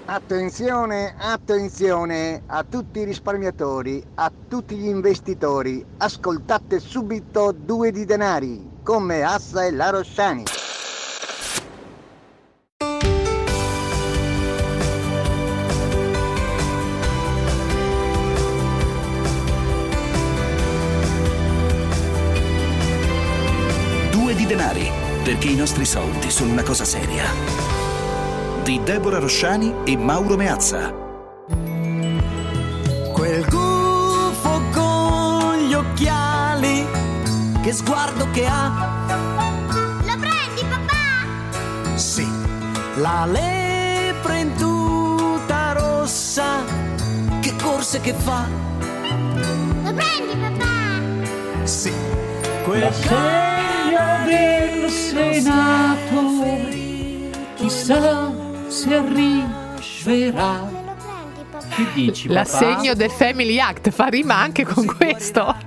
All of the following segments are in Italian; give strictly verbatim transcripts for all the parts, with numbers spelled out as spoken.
Attenzione, attenzione a tutti i risparmiatori, a tutti gli investitori. Ascoltate subito Due di Denari, come Assa e la Rossani. Due di Denari, perché i nostri soldi sono una cosa seria. Di Deborah Rosciani e Mauro Meazza. Quel gufo con gli occhiali, che sguardo che ha. Lo prendi, papà? Sì. La lepre in tuta rossa, che corse che fa. Lo prendi, papà? Sì. Quel L'assegno del Senato, chissà se arriverà. Che dici, papà? L'assegno del Family Act fa rima anche con questo.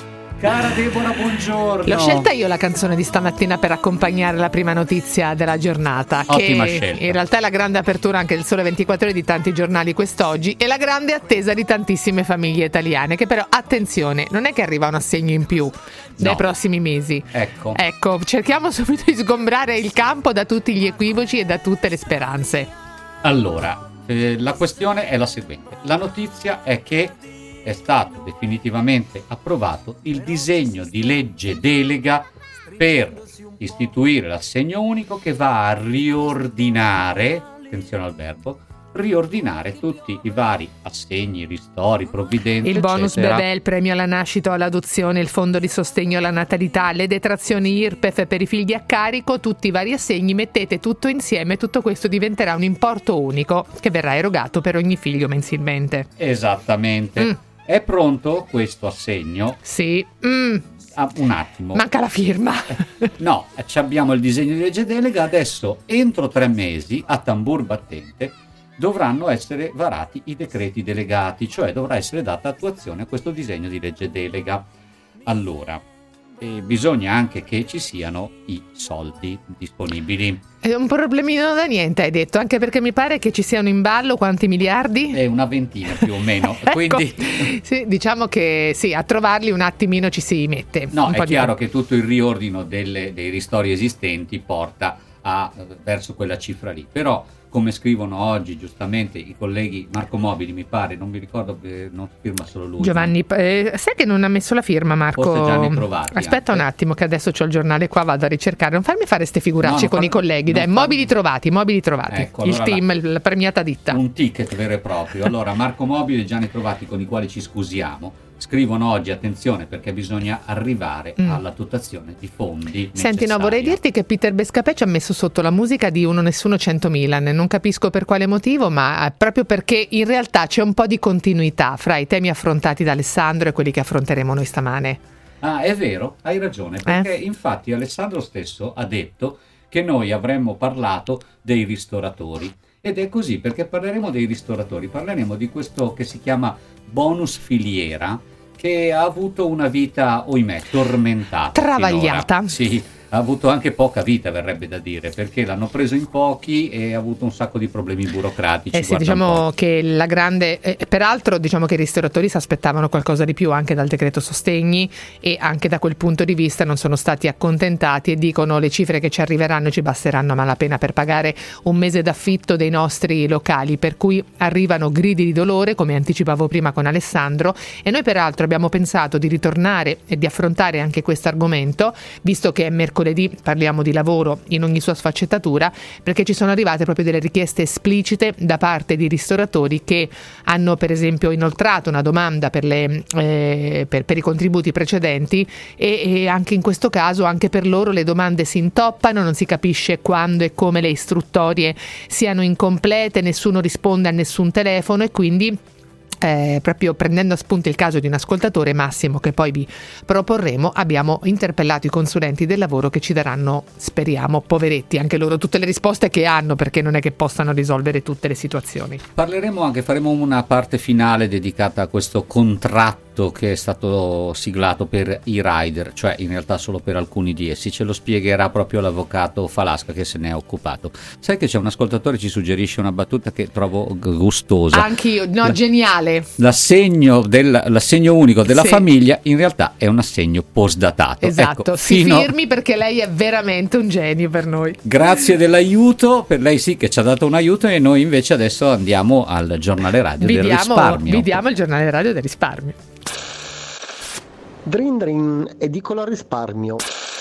Cara Deborah, buongiorno. L'ho scelta io la canzone di stamattina per accompagnare la prima notizia della giornata. Ottima che scelta. In realtà è la grande apertura anche del Sole ventiquattro Ore di tanti giornali quest'oggi e la grande attesa di tantissime famiglie italiane. Che però, attenzione, non è che arriva un assegno in più nei No. prossimi mesi. Ecco. Ecco, cerchiamo subito di sgombrare il campo da tutti gli equivoci e da tutte le speranze. Allora, eh, la questione è la seguente. La notizia è che è stato definitivamente approvato il disegno di legge delega per istituire l'assegno unico che va a riordinare, attenzione al verbo, riordinare tutti i vari assegni, ristori, provvidenze, Il bonus eccetera. bebè, il premio alla nascita o all'adozione, il fondo di sostegno alla natalità, le detrazioni I R P E F per i figli a carico, tutti i vari assegni, mettete tutto insieme, tutto questo diventerà un importo unico che verrà erogato per ogni figlio mensilmente. Esattamente. Mm. È pronto questo assegno? Sì. Mm. Ah, un attimo. Manca la firma. No, ci abbiamo il disegno di legge delega, adesso entro tre mesi a tambur battente dovranno essere varati i decreti delegati, cioè dovrà essere data attuazione a questo disegno di legge delega. Allora, eh, bisogna anche che ci siano i soldi disponibili. È un problemino da niente, hai detto, anche perché mi pare che ci siano in ballo quanti miliardi? È una ventina più o meno. Ecco, Quindi sì, diciamo che sì, a trovarli un attimino ci si mette. no, un è po' di chiaro tempo. che tutto il riordino delle- dei ristori esistenti porta a, verso quella cifra lì. Però, come scrivono oggi giustamente i colleghi, Marco Mobili mi pare, non mi ricordo, eh, non firma solo lui. Giovanni, eh, sai che non ha messo la firma, Marco? Forse Gianni Trovati Aspetta anche. un attimo che adesso c'ho il giornale qua, vado a ricercare. Non farmi fare ste figuracce No, non con far- i colleghi, non dai, far- mobili trovati, mobili trovati. Ecco, il allora team, la- la premiata ditta. Un ticket vero e proprio. Allora, Marco Mobili e Gianni Trovati, con i quali ci scusiamo, scrivono oggi, attenzione, perché bisogna arrivare Mm. alla dotazione di fondi Senti, no, necessaria. vorrei dirti che Peter Bescapè ci ha messo sotto la musica di Uno Nessuno cento Milan. Non capisco per quale motivo, ma eh, proprio perché in realtà c'è un po' di continuità fra i temi affrontati da Alessandro e quelli che affronteremo noi stamane. Ah, è vero, hai ragione, perché infatti Alessandro stesso ha detto che noi avremmo parlato dei ristoratori. Ed è così, perché parleremo dei ristoratori, parleremo di questo che si chiama bonus filiera, che ha avuto una vita, ohimè, tormentata. Travagliata. finora. Sì, ha avuto anche poca vita, verrebbe da dire, perché l'hanno preso in pochi e ha avuto un sacco di problemi burocratici. Eh sì, guarda un diciamo po'. che la grande, eh, peraltro diciamo che i ristoratori si aspettavano qualcosa di più anche dal decreto sostegni e anche da quel punto di vista non sono stati accontentati e dicono le cifre che ci arriveranno ci basteranno a malapena per pagare un mese d'affitto dei nostri locali, per cui arrivano gridi di dolore, come anticipavo prima con Alessandro, e noi peraltro abbiamo pensato di ritornare e di affrontare anche questo argomento, visto che è mercoledì, parliamo di lavoro in ogni sua sfaccettatura, perché ci sono arrivate proprio delle richieste esplicite da parte di ristoratori che hanno per esempio inoltrato una domanda per, le, eh, per, per i contributi precedenti e, e anche in questo caso anche per loro le domande si intoppano, non si capisce quando e come le istruttorie siano incomplete, nessuno risponde a nessun telefono e quindi Eh, proprio prendendo a spunto il caso di un ascoltatore, Massimo, che poi vi proporremo, abbiamo interpellato i consulenti del lavoro che ci daranno, speriamo, poveretti, anche loro tutte le risposte che hanno, perché non è che possano risolvere tutte le situazioni. Parleremo anche, faremo una parte finale dedicata a questo contratto patto che è stato siglato per i rider, cioè in realtà solo per alcuni di essi, ce lo spiegherà proprio l'avvocato Falasca che se ne è occupato. Sai che c'è un ascoltatore che ci suggerisce una battuta che trovo gustosa. Anch'io, no, la, geniale. L'assegno, del, l'assegno unico della sì. famiglia in realtà è un assegno postdatato. Esatto, ecco, si fino... firmi perché lei è veramente un genio per noi. Grazie dell'aiuto, per lei sì che ci ha dato un aiuto, e noi invece adesso andiamo al giornale radio vi del diamo, risparmio. Vi diamo il giornale radio del risparmio. Drin Drin, edicola risparmio.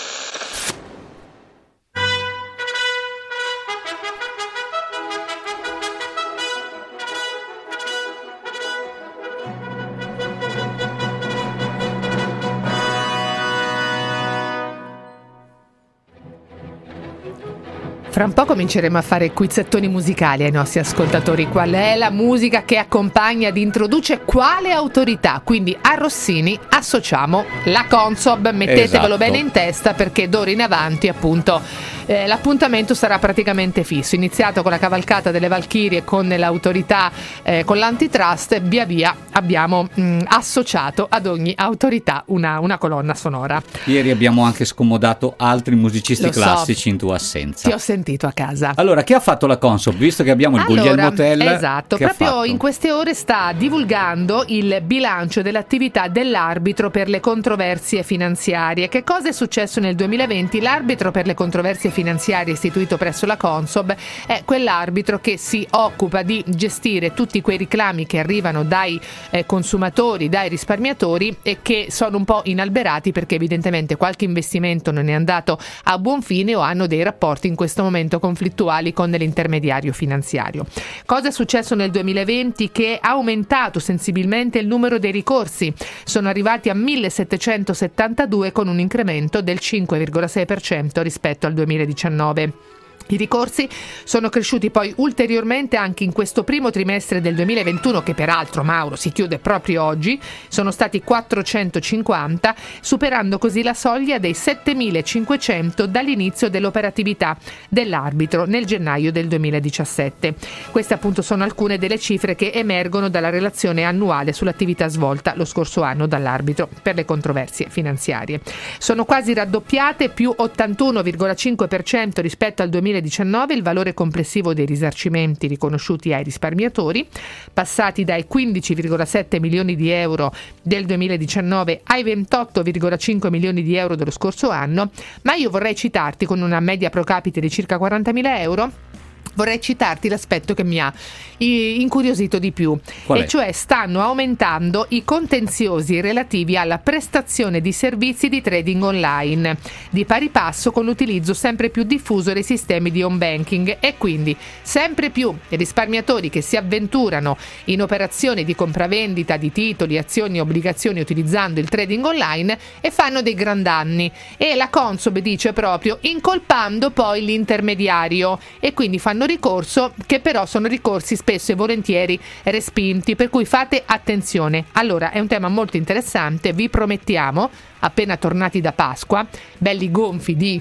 Fra un po' cominceremo a fare quizzettoni musicali ai nostri ascoltatori. Qual è la musica che accompagna ed introduce quale autorità? Quindi a Rossini associamo la Consob, mettetevelo esatto. bene in testa, perché d'ora in avanti appunto eh, l'appuntamento sarà praticamente fisso. Iniziato con la cavalcata delle Valchirie con l'autorità, eh, con l'antitrust, via via abbiamo mh, associato ad ogni autorità una, una colonna sonora. Ieri abbiamo anche scomodato altri musicisti Lo classici so. in tua assenza. Ti ho sentito a casa. Allora, che ha fatto la Consob? Visto che abbiamo il allora, Guglielmo Tell, esatto, proprio in queste ore sta divulgando il bilancio dell'attività dell'arbitro per le controversie finanziarie. Che cosa è successo nel duemilaventi? L'arbitro per le controversie finanziarie istituito presso la Consob è quell'arbitro che si occupa di gestire tutti quei reclami che arrivano dai eh, consumatori, dai risparmiatori, e che sono un po' inalberati perché evidentemente qualche investimento non è andato a buon fine o hanno dei rapporti in questo momento conflittuali con l'intermediario finanziario. Cosa è successo nel duemilaventi? Che ha aumentato sensibilmente il numero dei ricorsi, sono arrivati a millesettecentosettantadue con un incremento del cinque virgola sei per cento rispetto al duemiladiciannove. I ricorsi sono cresciuti poi ulteriormente anche in questo primo trimestre del duemilaventuno, che peraltro, Mauro, si chiude proprio oggi. Sono stati quattrocentocinquanta, superando così la soglia dei settemilacinquecento dall'inizio dell'operatività dell'arbitro nel gennaio del duemiladiciassette. Queste appunto sono alcune delle cifre che emergono dalla relazione annuale sull'attività svolta lo scorso anno dall'arbitro per le controversie finanziarie. Sono quasi raddoppiate, più ottantuno virgola cinque per cento rispetto al duemiladiciannove, il valore complessivo dei risarcimenti riconosciuti ai risparmiatori, passati dai quindici virgola sette milioni di euro del duemiladiciannove ai ventotto virgola cinque milioni di euro dello scorso anno. Ma io vorrei citarti, con una media pro capite di circa quarantamila euro, vorrei citarti l'aspetto che mi ha incuriosito di più. Qual è? E cioè stanno aumentando i contenziosi relativi alla prestazione di servizi di trading online, di pari passo con l'utilizzo sempre più diffuso dei sistemi di home banking, e quindi sempre più risparmiatori che si avventurano in operazioni di compravendita di titoli, azioni e obbligazioni utilizzando il trading online e fanno dei gran danni, e la Consob dice proprio incolpando poi l'intermediario, e quindi fanno ricorso, che però sono ricorsi spesso e volentieri respinti, per cui fate attenzione. Allora, è un tema molto interessante, vi promettiamo, appena tornati da Pasqua, belli gonfi di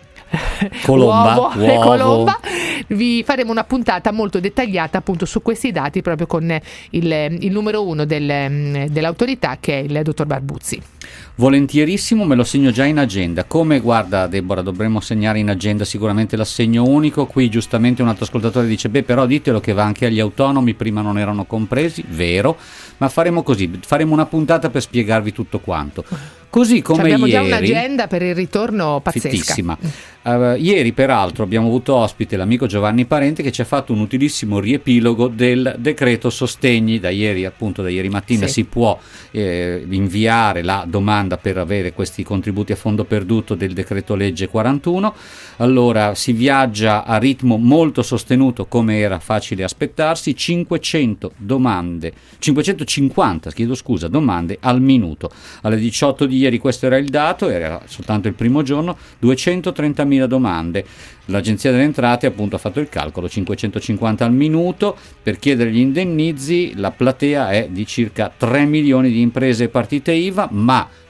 colomba, uovo e colomba, vi faremo una puntata molto dettagliata appunto su questi dati, proprio con il, il numero uno del, dell'autorità, che è il dottor Barbuzzi. Volentierissimo, me lo segno già in agenda. Come, guarda Deborah, dovremmo segnare in agenda sicuramente l'assegno unico. Qui giustamente un altro ascoltatore dice beh, però ditelo che va anche agli autonomi, prima non erano compresi. Vero, ma faremo così, faremo una puntata per spiegarvi tutto quanto. Così come cioè, abbiamo ieri, già un'agenda per il ritorno pazzesca. Fittissima. Uh, ieri peraltro abbiamo avuto ospite l'amico Giovanni Parente, che ci ha fatto un utilissimo riepilogo del decreto sostegni. Da ieri, appunto da ieri mattina, sì. si può eh, inviare la domanda per avere questi contributi a fondo perduto del decreto legge quarantuno. Allora si viaggia a ritmo molto sostenuto, come era facile aspettarsi, cinquecento domande, cinquecentocinquanta chiedo scusa, domande al minuto. Alle diciotto di ieri questo era il dato, era soltanto il primo giorno, duecentotrentamila domande. L'Agenzia delle Entrate appunto ha fatto il calcolo, cinquecentocinquanta al minuto. Per chiedere gli indennizi la platea è di circa tre milioni di imprese e partite I V A, ma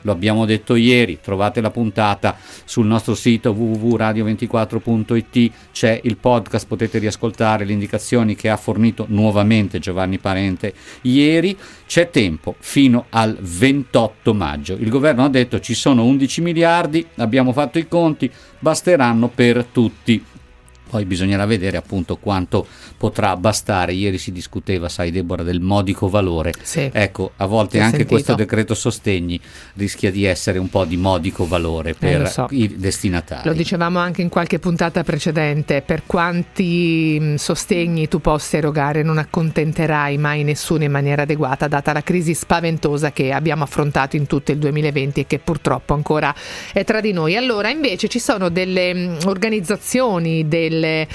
lo abbiamo detto ieri, trovate la puntata sul nostro sito w w w punto radio ventiquattro punto i t, c'è il podcast, potete riascoltare le indicazioni che ha fornito nuovamente Giovanni Parente ieri. C'è tempo fino al ventotto maggio. Il governo ha detto ci sono undici miliardi, abbiamo fatto i conti, basteranno per tutti. Poi bisognerà vedere appunto quanto potrà bastare. Ieri si discuteva, sai Deborah, del modico valore. Sì, ecco, a volte anche sentito. questo decreto sostegni rischia di essere un po' di modico valore per eh, so. i destinatari. Lo dicevamo anche in qualche puntata precedente, per quanti mh, sostegni tu possa erogare non accontenterai mai nessuno in maniera adeguata, data la crisi spaventosa che abbiamo affrontato in tutto il duemilaventi e che purtroppo ancora è tra di noi. Allora invece ci sono delle mh, organizzazioni, del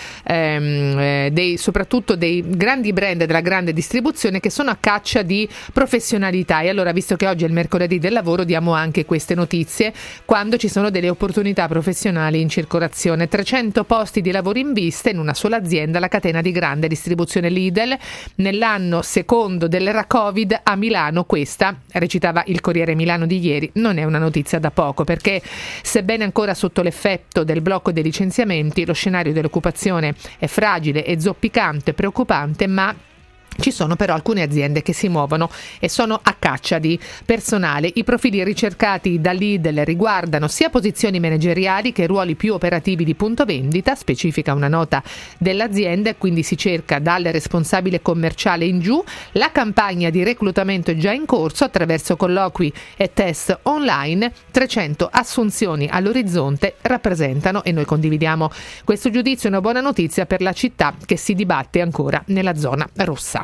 Ehm, eh, dei, soprattutto dei grandi brand della grande distribuzione che sono a caccia di professionalità, e allora, visto che oggi è il mercoledì del lavoro, diamo anche queste notizie quando ci sono delle opportunità professionali in circolazione. Trecento posti di lavoro in vista in una sola azienda, la catena di grande distribuzione Lidl, nell'anno secondo dell'era Covid a Milano. Questa, recitava il Corriere Milano di ieri, non è una notizia da poco, perché sebbene ancora sotto l'effetto del blocco dei licenziamenti, lo scenario dell'occupazione è fragile e zoppicante, preoccupante, ma ci sono però alcune aziende che si muovono e sono a caccia di personale. I profili ricercati da Lidl riguardano sia posizioni manageriali che ruoli più operativi di punto vendita, specifica una nota dell'azienda, e quindi si cerca dal responsabile commerciale in giù. La campagna di reclutamento è già in corso attraverso colloqui e test online. trecento assunzioni all'orizzonte rappresentano, e noi condividiamo questo giudizio, una buona notizia per la città che si dibatte ancora nella zona rossa.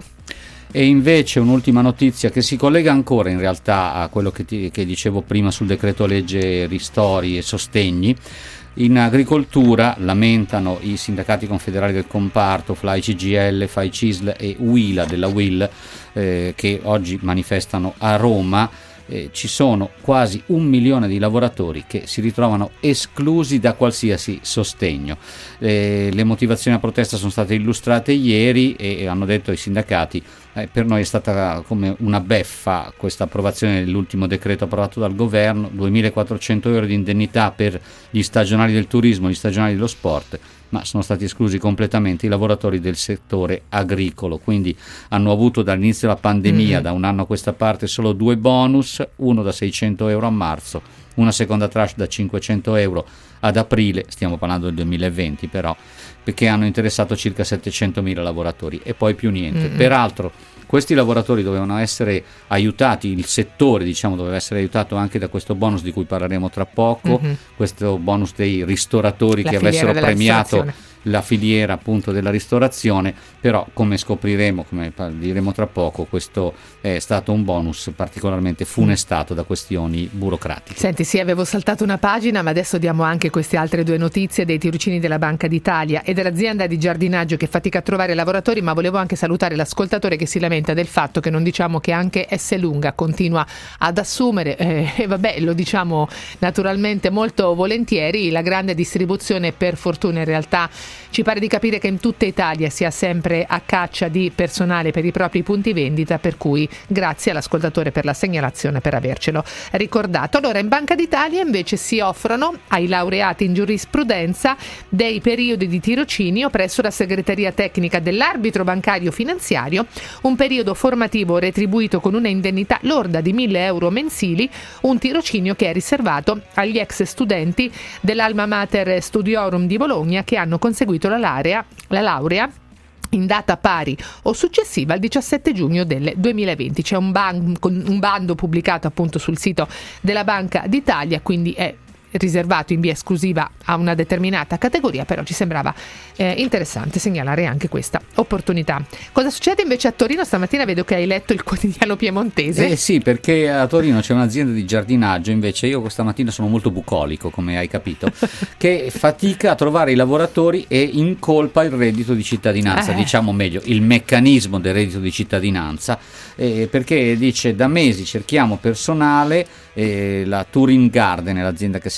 E invece un'ultima notizia che si collega ancora in realtà a quello che, ti, che dicevo prima sul decreto legge ristori e sostegni. In agricoltura lamentano i sindacati confederali del comparto, F L A I C G I L, F A I C I S L e U I L A della U I L, eh, che oggi manifestano a Roma. Eh, ci sono quasi un milione di lavoratori che si ritrovano esclusi da qualsiasi sostegno. Eh, le motivazioni a protesta sono state illustrate ieri e, e hanno detto i sindacati eh, per noi è stata come una beffa questa approvazione dell'ultimo decreto approvato dal governo, duemilaquattrocento euro di indennità per gli stagionali del turismo, gli stagionali dello sport, ma sono stati esclusi completamente i lavoratori del settore agricolo, quindi hanno avuto dall'inizio della pandemia, mm-hmm. da un anno a questa parte, solo due bonus, uno da seicento euro a marzo, una seconda tranche da cinquecento euro ad aprile, stiamo parlando del duemilaventi però, perché hanno interessato circa settecentomila lavoratori e poi più niente. Mm-hmm. Peraltro questi lavoratori dovevano essere aiutati, il settore diciamo doveva essere aiutato anche da questo bonus di cui parleremo tra poco, mm-hmm. questo bonus dei ristoratori, la che avessero premiato la filiera appunto della ristorazione, però come scopriremo, come diremo tra poco, questo è stato un bonus particolarmente funestato da questioni burocratiche. Senti, sì, avevo saltato una pagina, ma adesso diamo anche queste altre due notizie dei tirocini della Banca d'Italia e dell'azienda di giardinaggio che fatica a trovare lavoratori, ma volevo anche salutare l'ascoltatore che si lamenta del fatto che non diciamo che anche S. Lunga continua ad assumere, eh, e vabbè, lo diciamo naturalmente molto volentieri, la grande distribuzione per fortuna in realtà ci pare di capire che in tutta Italia sia sempre a caccia di personale per i propri punti vendita, per cui grazie all'ascoltatore per la segnalazione, per avercelo ricordato. Allora, in Banca d'Italia invece si offrono ai laureati in giurisprudenza dei periodi di tirocinio presso la segreteria tecnica dell'arbitro bancario finanziario, un periodo formativo retribuito con una indennità lorda di mille euro mensili, un tirocinio che è riservato agli ex studenti dell'Alma Mater Studiorum di Bologna che hanno conseguito la laurea, la laurea in data pari o successiva al diciassette giugno del duemilaventi. C'è un, ban- un bando pubblicato appunto sul sito della Banca d'Italia, quindi è riservato in via esclusiva a una determinata categoria, però ci sembrava eh, interessante segnalare anche questa opportunità. Cosa succede invece a Torino? Stamattina vedo che hai letto il quotidiano piemontese. Eh sì, perché a Torino c'è un'azienda di giardinaggio, invece io questa mattina sono molto bucolico, come hai capito, che fatica a trovare i lavoratori e incolpa il reddito di cittadinanza, eh. diciamo meglio, il meccanismo del reddito di cittadinanza, eh, perché dice da mesi cerchiamo personale, eh, la Turin Garden è l'azienda che si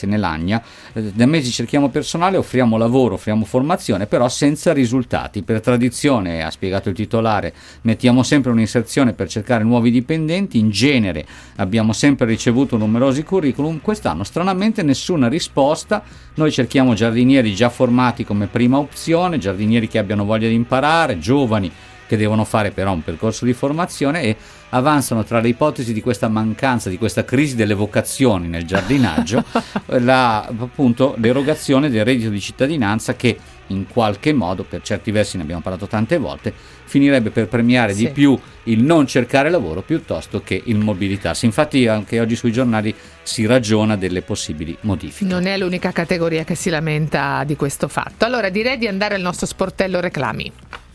se ne lagna. Eh, da mesi cerchiamo personale, offriamo lavoro, offriamo formazione, però senza risultati. Per tradizione, ha spiegato il titolare, mettiamo sempre un'inserzione per cercare nuovi dipendenti, in genere abbiamo sempre ricevuto numerosi curriculum, quest'anno stranamente nessuna risposta. Noi cerchiamo giardinieri già formati come prima opzione, giardinieri che abbiano voglia di imparare, giovani che devono fare però un percorso di formazione, e avanzano tra le ipotesi di questa mancanza, di questa crisi delle vocazioni nel giardinaggio, la, appunto l'erogazione del reddito di cittadinanza, che in qualche modo, per certi versi ne abbiamo parlato tante volte, finirebbe per premiare sì. di più il non cercare lavoro piuttosto che il mobilitarsi. Infatti anche oggi sui giornali si ragiona delle possibili modifiche. Non è l'unica categoria che si lamenta di questo fatto. Allora direi di andare al nostro sportello reclami.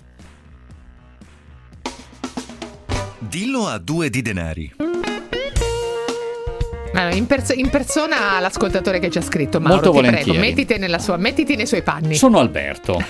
Dillo a due di denari. Allora, in, perso- in persona l'ascoltatore che ci ha scritto, Mauro, Molto ti volentieri. prego, mettiti, nella sua, mettiti nei suoi panni. Sono Alberto.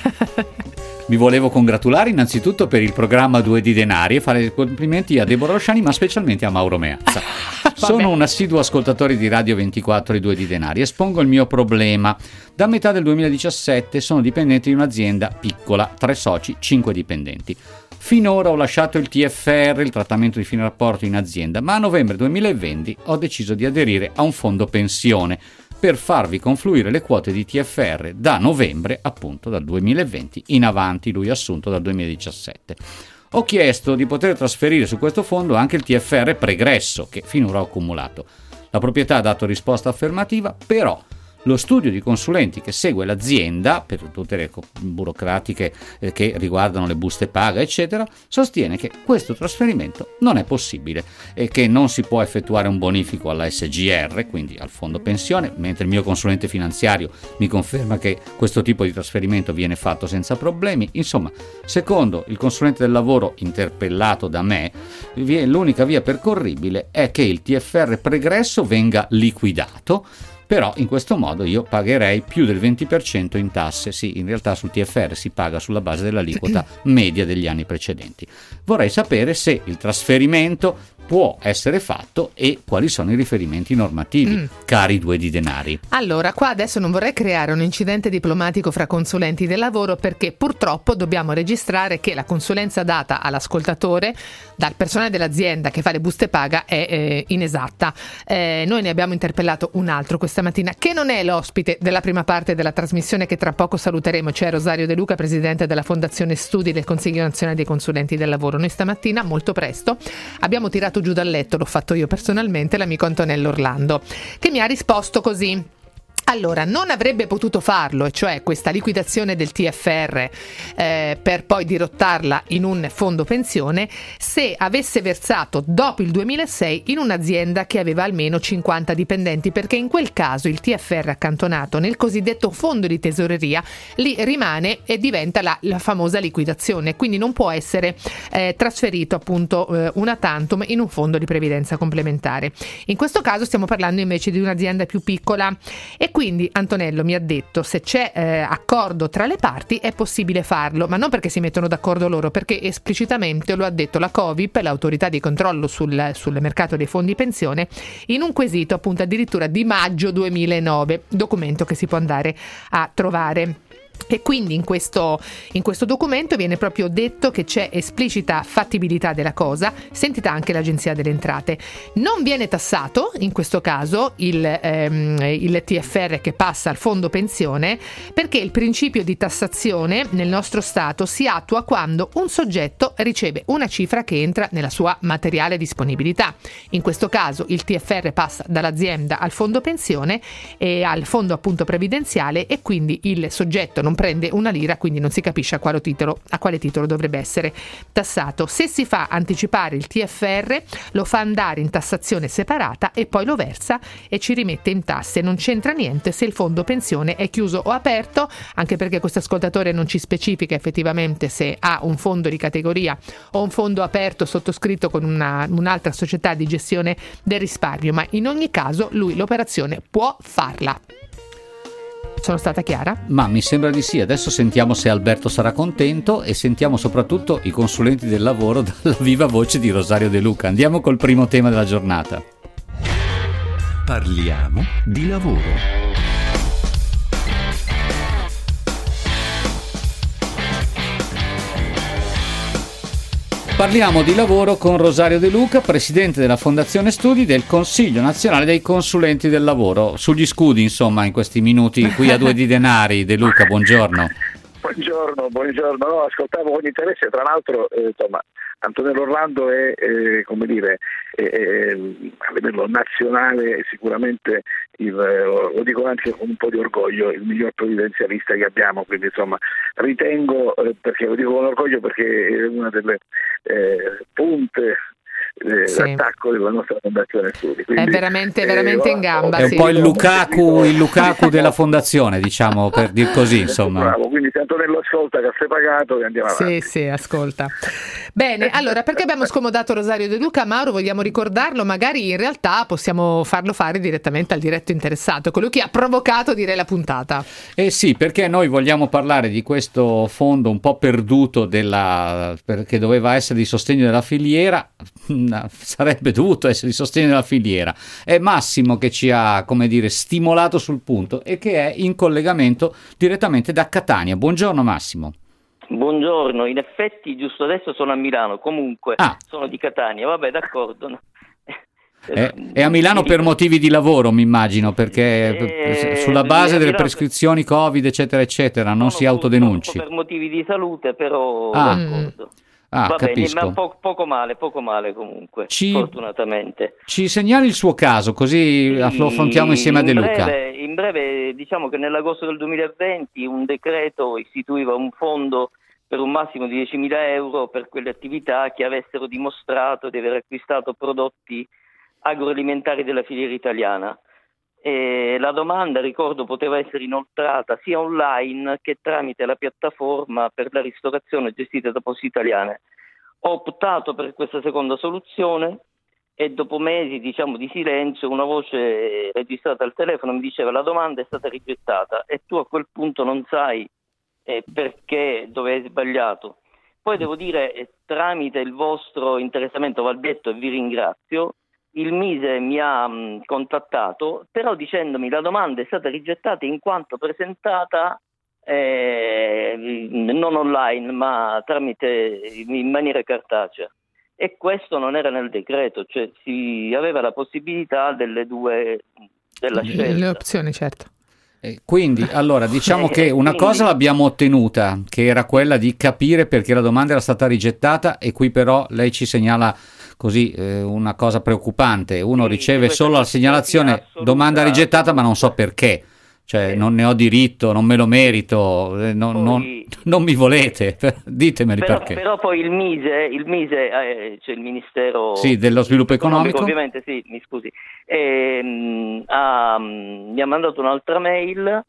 Vi volevo congratulare innanzitutto per il programma Due di Denari e fare complimenti a Deborah Rosciani, ma specialmente a Mauro Meazza. Sono un assiduo ascoltatore di Radio ventiquattro e Due di Denari. Espongo il mio problema. Da metà del duemiladiciassette sono dipendente di un'azienda piccola, tre soci, cinque dipendenti. Finora ho lasciato il T F R, il trattamento di fine rapporto in azienda, ma a novembre duemilaventi ho deciso di aderire a un fondo pensione per farvi confluire le quote di T F R da novembre, appunto dal duemilaventi in avanti, lui assunto dal duemiladiciassette. Ho chiesto di poter trasferire su questo fondo anche il T F R pregresso che finora ho accumulato. La proprietà ha dato risposta affermativa, però lo studio di consulenti che segue l'azienda, per tutte le burocratiche eh, che riguardano le buste paga, eccetera, sostiene che questo trasferimento non è possibile e che non si può effettuare un bonifico alla S G R, quindi al fondo pensione, mentre il mio consulente finanziario mi conferma che questo tipo di trasferimento viene fatto senza problemi. Insomma, secondo il consulente del lavoro interpellato da me, l'unica via percorribile è che il T F R pregresso venga liquidato. Però in questo modo io pagherei più del venti per cento in tasse. Sì, in realtà sul T F R si paga sulla base dell'aliquota media degli anni precedenti. Vorrei sapere se il trasferimento può essere fatto e quali sono i riferimenti normativi, mm. cari Due di Denari. Allora, qua adesso non vorrei creare un incidente diplomatico fra consulenti del lavoro, perché purtroppo dobbiamo registrare che la consulenza data all'ascoltatore dal personale dell'azienda che fa le buste paga è eh, inesatta. Eh, noi ne abbiamo interpellato un altro questa mattina, che non è l'ospite della prima parte della trasmissione, che tra poco saluteremo, cioè Rosario De Luca, presidente della Fondazione Studi del Consiglio Nazionale dei Consulenti del Lavoro. Noi stamattina, molto presto, abbiamo tirato giù dal letto, l'ho fatto io personalmente, l'amico Antonello Orlando, che mi ha risposto così. Allora, non avrebbe potuto farlo, e cioè questa liquidazione del T F R eh, per poi dirottarla in un fondo pensione, se avesse versato dopo il duemilasei in un'azienda che aveva almeno cinquanta dipendenti, perché in quel caso il T F R accantonato nel cosiddetto fondo di tesoreria lì rimane e diventa la, la famosa liquidazione, quindi non può essere eh, trasferito appunto eh, una tantum in un fondo di previdenza complementare. In questo caso stiamo parlando invece di un'azienda più piccola, e quindi Antonello mi ha detto se c'è eh, accordo tra le parti è possibile farlo, ma non perché si mettono d'accordo loro, perché esplicitamente lo ha detto la Covip, l'autorità di controllo sul, sul mercato dei fondi pensione, in un quesito appunto addirittura di maggio duemilanove, documento che si può andare a trovare. E quindi in questo, in questo documento viene proprio detto che c'è esplicita fattibilità della cosa, sentita anche l'Agenzia delle Entrate. Non viene tassato in questo caso il, ehm, il T F R che passa al fondo pensione, perché il principio di tassazione nel nostro Stato si attua quando un soggetto riceve una cifra che entra nella sua materiale disponibilità. In questo caso il T F R passa dall'azienda al fondo pensione e al fondo appunto previdenziale, e quindi il soggetto non prende una lira, quindi non si capisce a quale titolo, a quale titolo dovrebbe essere tassato. Se si fa anticipare il T F R, lo fa andare in tassazione separata e poi lo versa e ci rimette in tasse. Non c'entra niente se il fondo pensione è chiuso o aperto, anche perché questo ascoltatore non ci specifica effettivamente se ha un fondo di categoria o un fondo aperto sottoscritto con una, un'altra società di gestione del risparmio, ma in ogni caso lui l'operazione può farla. Sono stata chiara? Ma mi sembra di sì. Adesso sentiamo se Alberto sarà contento e sentiamo soprattutto i consulenti del lavoro dalla viva voce di Rosario De Luca. Andiamo col primo tema della giornata. Parliamo di lavoro. Parliamo di lavoro con Rosario De Luca, presidente della Fondazione Studi del Consiglio Nazionale dei Consulenti del Lavoro. Sugli scudi, insomma, in questi minuti qui a due di denari. De Luca, buongiorno. Buongiorno, buongiorno. No, ascoltavo con interesse, tra l'altro, eh, insomma, Antonello Orlando è, eh, come dire, è, è, a livello nazionale sicuramente, il, lo dico anche con un po' di orgoglio, il miglior previdenzialista che abbiamo, quindi insomma ritengo, eh, perché lo dico con orgoglio perché è una delle eh, punte eh, Sì. l'attacco della nostra Fondazione Studi. Quindi, È veramente, veramente eh, in gamba. È un sì. po' il Lukaku, il Lukaku della fondazione, diciamo, per dir così, insomma. Bravo, quindi se Antonello ascolta, caffè pagato e andiamo avanti. Sì, sì, ascolta. Bene, allora, perché abbiamo scomodato Rosario De Luca? Mauro, vogliamo ricordarlo? Magari in realtà possiamo farlo fare direttamente al diretto interessato, colui che ha provocato, direi, la puntata. Eh sì, perché noi vogliamo parlare di questo fondo un po' perduto della, perché doveva essere di sostegno della filiera, sarebbe dovuto essere di sostegno della filiera. È Massimo che ci ha, come dire, stimolato sul punto e che è in collegamento direttamente da Catania. Buongiorno Massimo. Buongiorno, in effetti giusto adesso sono a Milano, comunque Ah. sono di Catania, vabbè d'accordo. È, è a Milano per motivi di lavoro, mi immagino, perché Eh, sulla base a delle Milano- prescrizioni Covid, eccetera, eccetera, non Sono si autodenunci. purtroppo per motivi di salute, però Ah. d'accordo. Ah, Va bene, capisco. ma po- poco male, poco male comunque, Ci- fortunatamente. Ci segnali il suo caso, così lo affrontiamo insieme a De In Luca. breve, in breve, diciamo che nell'agosto del duemilaventi un decreto istituiva un fondo per un massimo di diecimila euro per quelle attività che avessero dimostrato di aver acquistato prodotti agroalimentari della filiera italiana. E la domanda, ricordo, poteva essere inoltrata sia online che tramite la piattaforma per la ristorazione gestita da Poste Italiane. Ho optato per questa seconda soluzione e dopo mesi, diciamo, di silenzio, una voce registrata al telefono mi diceva: la domanda è stata rigettata e tu a quel punto non sai eh, perché, dove hai sbagliato. Poi devo dire, eh, tramite il vostro interessamento, va detto, e vi ringrazio, il Mise mi ha mh, contattato, però dicendomi la domanda è stata rigettata in quanto presentata eh, non online ma tramite in maniera cartacea, e questo non era nel decreto, cioè si aveva la possibilità delle due, della scelta. Le opzioni, certo. Eh, Quindi, allora, diciamo Eh, che una quindi- cosa l'abbiamo ottenuta, che era quella di capire perché la domanda era stata rigettata, e qui però lei ci segnala così eh, una cosa preoccupante. Uno Sì, riceve questa solo la è segnalazione assoluta- domanda rigettata, ma non so perché. Cioè, Eh. non ne ho diritto, non me lo merito, eh, non, Poi- non- non mi volete, ditemeli Però, perché. però poi il Mise, il Mise eh, cioè il Ministero Sì, dello sviluppo economico. ovviamente, sì, mi scusi, ehm, ha, mm, mi ha mandato un'altra mail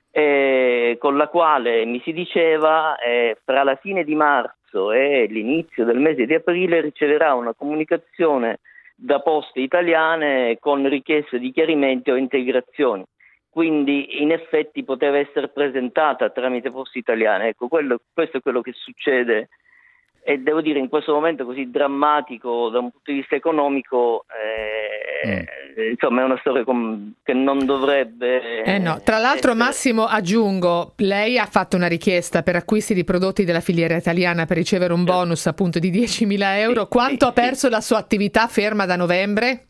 eh, con la quale mi si diceva eh, fra la fine di marzo e l'inizio del mese di aprile riceverà una comunicazione da Poste Italiane con richieste di chiarimenti o integrazioni. Quindi in effetti poteva essere presentata tramite Poste Italiane. Ecco, quello, questo è quello che succede, e devo dire in questo momento così drammatico da un punto di vista economico, eh, insomma è una storia com- che non dovrebbe... Eh no, tra l'altro essere- Massimo, aggiungo, lei ha fatto una richiesta per acquisti di prodotti della filiera italiana per ricevere un bonus appunto di diecimila euro. Sì, Quanto sì, ha perso la sua attività ferma da novembre?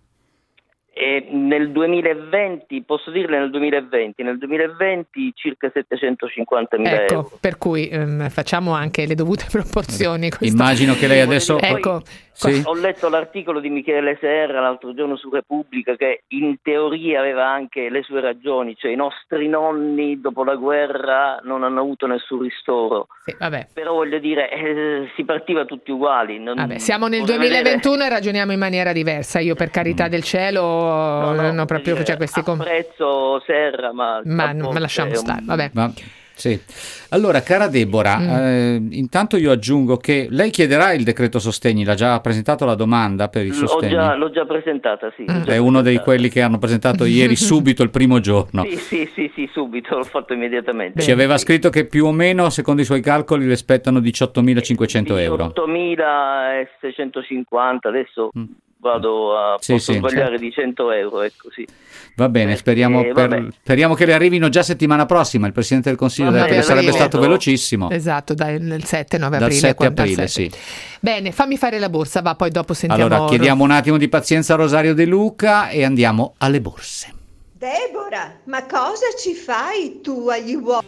E nel duemilaventi, posso dirle nel duemilaventi, nel duemilaventi circa settecentocinquantamila Ecco, euro. per cui ehm, facciamo anche le dovute proporzioni. Questo- Immagino che lei adesso... Poi- Ecco, Sì. Ho letto l'articolo di Michele Serra l'altro giorno su Repubblica, che in teoria aveva anche le sue ragioni, cioè i nostri nonni dopo la guerra non hanno avuto nessun ristoro, sì, vabbè. però voglio dire eh, si partiva tutti uguali. Non- Vabbè, siamo nel vorrei duemilaventuno vedere- e ragioniamo in maniera diversa. Io, per carità del cielo, No, no, non ho proprio voglio cioè, dire, questi com- apprezzo Serra, ma, ma, a ma volte lasciamo è un- stare, vabbè. Ma- sì. Allora, cara Deborah, Mm. eh, intanto io aggiungo che lei chiederà il decreto sostegni, l'ha già presentato la domanda per i L'ho sostegni? già, l'ho già presentata, sì. l'ho già È uno dei presentata. quelli che hanno presentato ieri subito il primo giorno. Sì, sì, sì, sì, subito, l'ho fatto immediatamente. Ci aveva scritto che più o meno, secondo i suoi calcoli, le spettano diciottomilacinquecento euro. diciottomilaseicentocinquanta, adesso Mm. vado a Sì, posso sì, sbagliare certo. di cento euro, ecco sì. Va bene, speriamo, Eh, per- vabbè. speriamo che le arrivino già settimana prossima. Il Presidente del Consiglio ha Va detto bene, che sarebbe arrivo. stato velocissimo. Esatto, dai, nel sette nove Dal aprile. sette quando- dal aprile, sette. sì. Bene, fammi fare la borsa, va, poi dopo sentiamo. Allora, chiediamo un attimo di pazienza a Rosario De Luca e andiamo alle borse. Deborah, ma cosa ci fai tu agli uomini?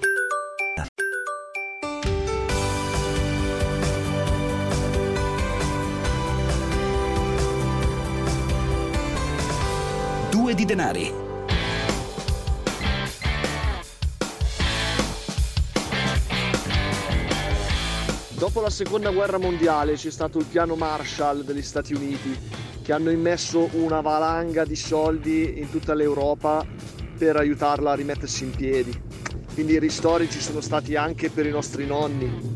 Due di denari. Dopo la seconda guerra mondiale c'è stato il piano Marshall degli Stati Uniti, che hanno immesso una valanga di soldi in tutta l'Europa per aiutarla a rimettersi in piedi. Quindi i ristori ci sono stati anche per i nostri nonni.